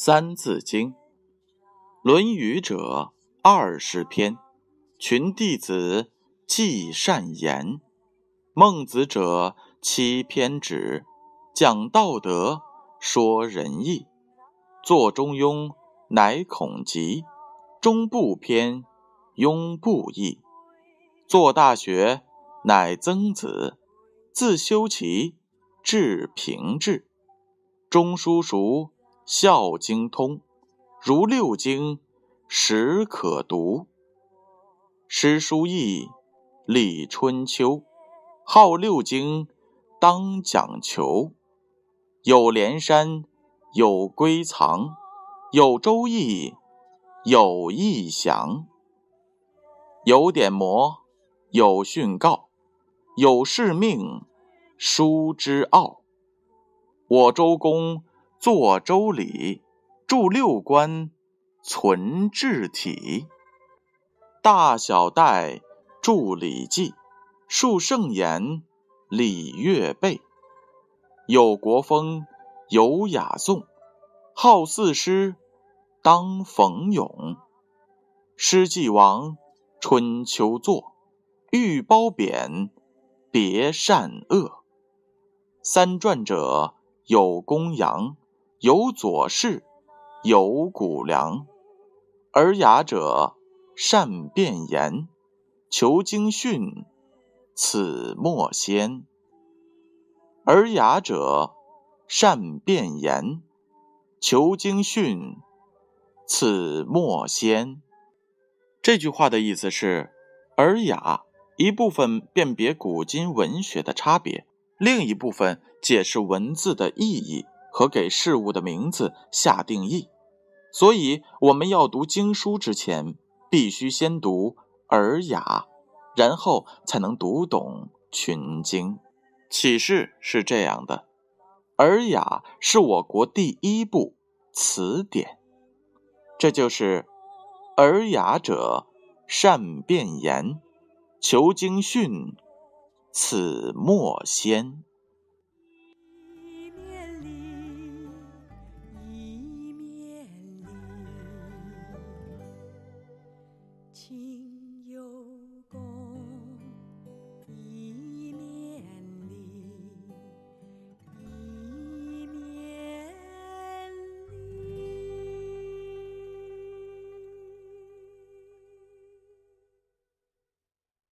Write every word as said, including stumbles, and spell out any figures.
三字经，论语者二十篇，群弟子记善言。孟子者七篇止，讲道德，说仁义。作中庸，乃孔伋；中不偏，庸不义。作大学，乃曾子；自修齐，至平治。中书熟，孝经通，如六经，实可读。诗书易，礼春秋，好六经，当讲求。有连山，有归藏，有周易，有义详。有典谟，有训告，有誓命，书之奥。我周公作周礼，著六官，存治体。大小戴著礼记，述圣言，礼乐备。有国风，有雅颂，好四诗，当讽咏。诗既亡，春秋作，欲褒贬，别善恶。三传者，有公羊，有左氏，有谷梁。尔雅者，善辩言，求经训，此莫先。尔雅者，善辩言，求经训，此莫先。这句话的意思是，尔雅一部分辨别古今文学的差别，另一部分解释文字的意义和给事物的名字下定义。所以我们要读经书之前，必须先读尔雅，然后才能读懂群经。启示是这样的，尔雅是我国第一部词典。这就是尔雅者，善辩言，求经训，此莫先。